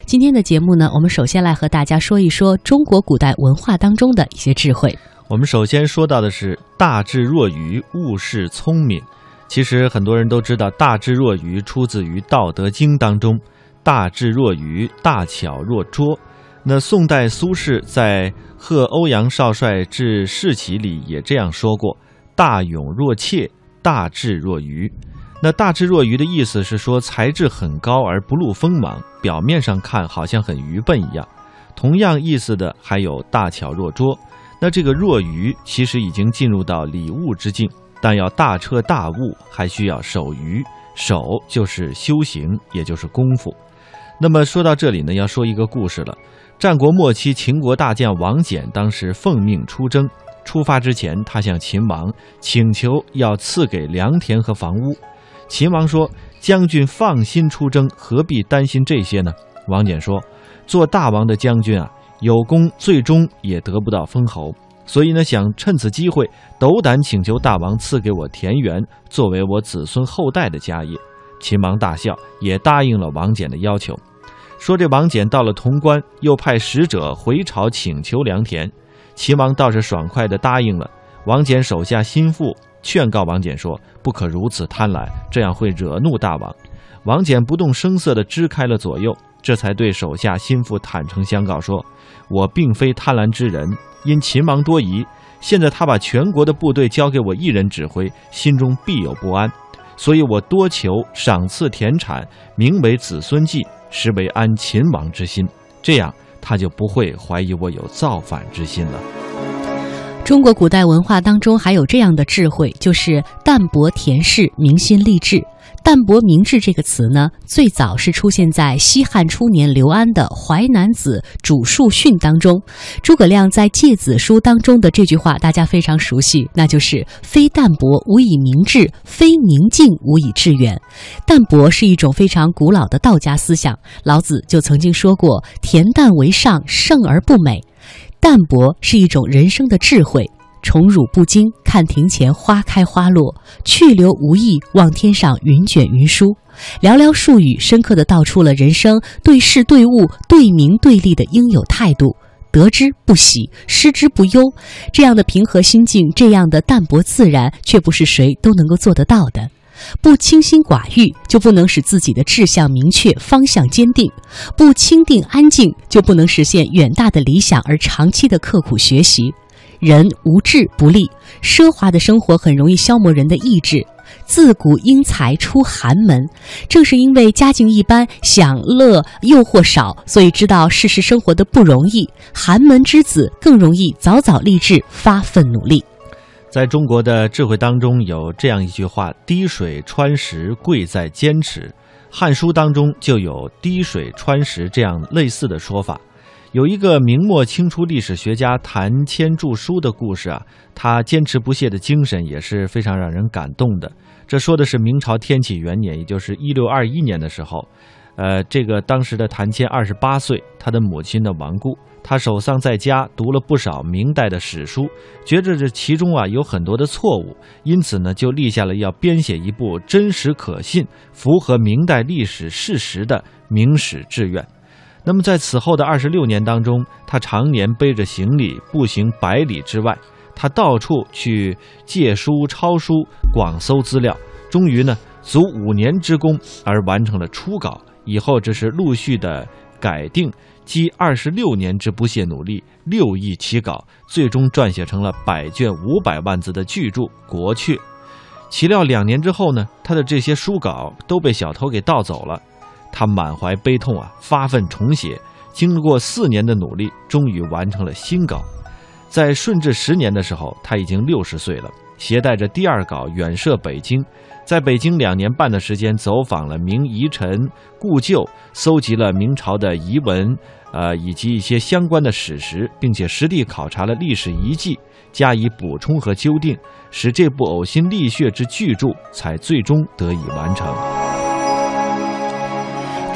今天的节目呢，我们首先来和大家说一说中国古代文化当中的一些智慧。 我们首先说到的是大智若愚，勿视聪明。其实很多人都知道大智若愚出自于《道德经》当中，大智若愚，大巧若拙。那宋代苏轼在《贺欧阳少帅致士启》里也这样说过，大勇若怯，大智若愚。那大智若愚的意思是说才智很高而不露锋芒，表面上看好像很愚笨一样。同样意思的还有大巧若拙。那这个若愚其实已经进入到礼物之境，但要大彻大悟还需要守愚，守就是修行，也就是功夫。那么说到这里呢，要说一个故事了。战国末期，秦国大将王翦当时奉命出征，出发之前他向秦王请求要赐给良田和房屋。秦王说，将军放心出征，何必担心这些呢？王翦说，做大王的将军啊，有功最终也得不到封侯，所以呢，想趁此机会斗胆请求大王赐给我田园，作为我子孙后代的家业。秦王大笑，也答应了王翦的要求。说这王翦到了潼关，又派使者回朝请求良田，秦王倒是爽快地答应了。王翦手下心腹劝告王翦说，不可如此贪婪，这样会惹怒大王。王翦不动声色地支开了左右，这才对手下心腹坦诚相告说，我并非贪婪之人，因秦王多疑，现在他把全国的部队交给我一人指挥，心中必有不安，所以我多求赏赐田产，名为子孙祭，实为安秦王之心，这样他就不会怀疑我有造反之心了。 中国古代文化当中还有这样的智慧，就是淡泊恬适，明心立志。淡泊明志这个词呢，最早是出现在西汉初年刘安的《淮南子·主述训》当中。诸葛亮在《诫子书》当中的这句话大家非常熟悉，那就是非淡泊无以明志，非宁静无以致远。淡泊是一种非常古老的道家思想，老子就曾经说过，恬淡为上，胜而不美。淡泊是一种人生的智慧，宠辱不惊，看庭前花开花落，去留无意，望天上云卷云舒。寥寥数语深刻地道出了人生对事对物对名对利的应有态度，得之不喜，失之不忧。这样的平和心境，这样的淡泊自然，却不是谁都能够做得到的。不清心寡欲，就不能使自己的志向明确，方向坚定；不清定安静，就不能实现远大的理想而长期的刻苦学习。人无志不立，奢华的生活很容易消磨人的意志。自古英才出寒门，正是因为家境一般，享乐诱惑少，所以知道世事生活的不容易。寒门之子更容易早早立志，发奋努力。 在中国的智慧当中有这样一句话，滴水穿石，贵在坚持。汉书当中就有滴水穿石这样类似的说法。有一个明末清初历史学家谭谦著书的故事啊，他坚持不懈的精神也是非常让人感动的。这说的是明朝天启元年，也就是1621年的时候，这个当时的谭谦28岁，他的母亲的亡故，他守丧在家，读了不少明代的史书，觉着这其中啊有很多的错误，因此呢就立下了要编写一部真实可信、符合明代历史事实的明史志愿。那么在此后的26年当中，他常年背着行李步行100里之外，他到处去借书抄书，广搜资料，终于呢足5年之功而完成了初稿。以后这是陆续的改定，积26年之不懈努力，6易其稿，最终撰写成了100卷500万字的巨著《国阙》。岂料2年之后呢，他的这些书稿都被小偷给盗走了。他满怀悲痛啊，发奋重写，经过4年的努力，终于完成了新稿。在顺治10年的时候，他已经60岁了，携带着第2稿远涉北京，在北京2年半的时间，走访了明遗臣故旧，搜集了明朝的遗文，以及一些相关的史实，并且实地考察了历史遗迹，加以补充和纠订，使这部呕心沥血之巨著才最终得以完成。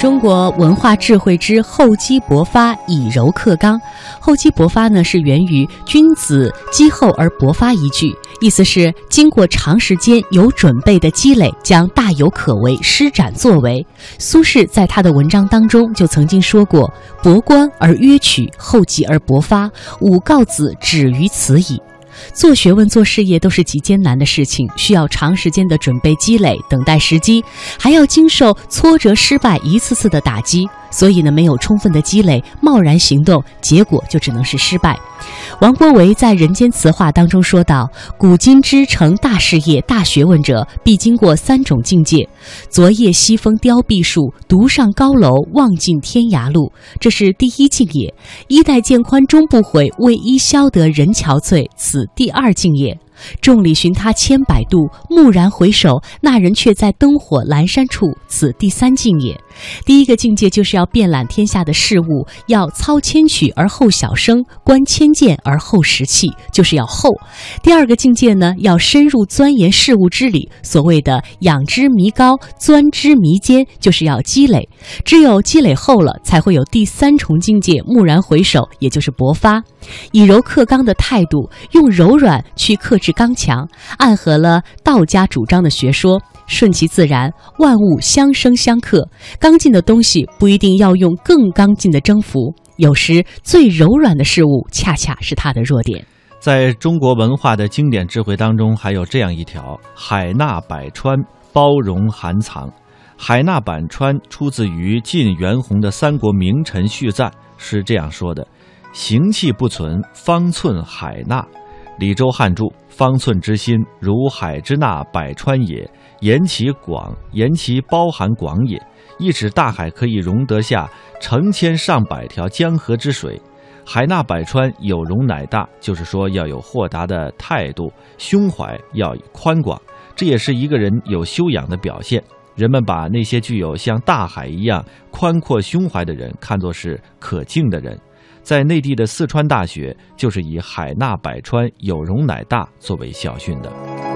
中国文化智慧之厚积薄发，以柔克刚。厚积薄发呢，是源于君子积厚而薄发一句，意思是经过长时间有准备的积累，将大有可为施展作为。苏轼在他的文章当中就曾经说过：博观而约取，厚积而薄发，吾告子止于此矣。做学问做事业都是极艰难的事情，需要长时间的准备积累，等待时机，还要经受挫折失败一次次的打击，所以呢，没有充分的积累，贸然行动，结果就只能是失败。王国维在《人间词话》当中说道：古今之成大事业大学问者，必经过3种境界。昨夜西风凋碧树，独上高楼，望尽天涯路，这是第一境也。衣带渐宽终不悔，为伊消得人憔悴，此第2境也。众里寻他千百度，蓦然回首，那人却在灯火阑珊处，此第3境也。第一个境界就是要遍览天下的事物，要操千曲而后小声，观千件而后识器，就是要厚。第2个境界呢，要深入钻研事物之理，所谓的仰之弥高，钻之弥坚，就是要积累。只有积累厚了，才会有第3重境界，蓦然回首，也就是勃发。以柔克刚的态度，用柔软去克制刚强，暗合了道家主张的学说，顺其自然，万物相生相克。刚劲的东西不一定要用更刚劲的征服，有时最柔软的事物恰恰是它的弱点。 在中国文化的经典智慧当中，还有这样一条：海纳百川，包容含藏。海纳百川出自于晋元宏的三国名臣序赞，是这样说的：行气不存，方寸海纳。李周汉注：方寸之心，如海之纳百川也，言其广，言其包含广也。意指大海可以容得下成千上百条江河之水。海纳百川，有容乃大，就是说要有豁达的态度，胸怀要宽广，这也是一个人有修养的表现。人们把那些具有像大海一样宽阔胸怀的人看作是可敬的人。在内地的四川大学就是以海纳百川，有容乃大作为校训的。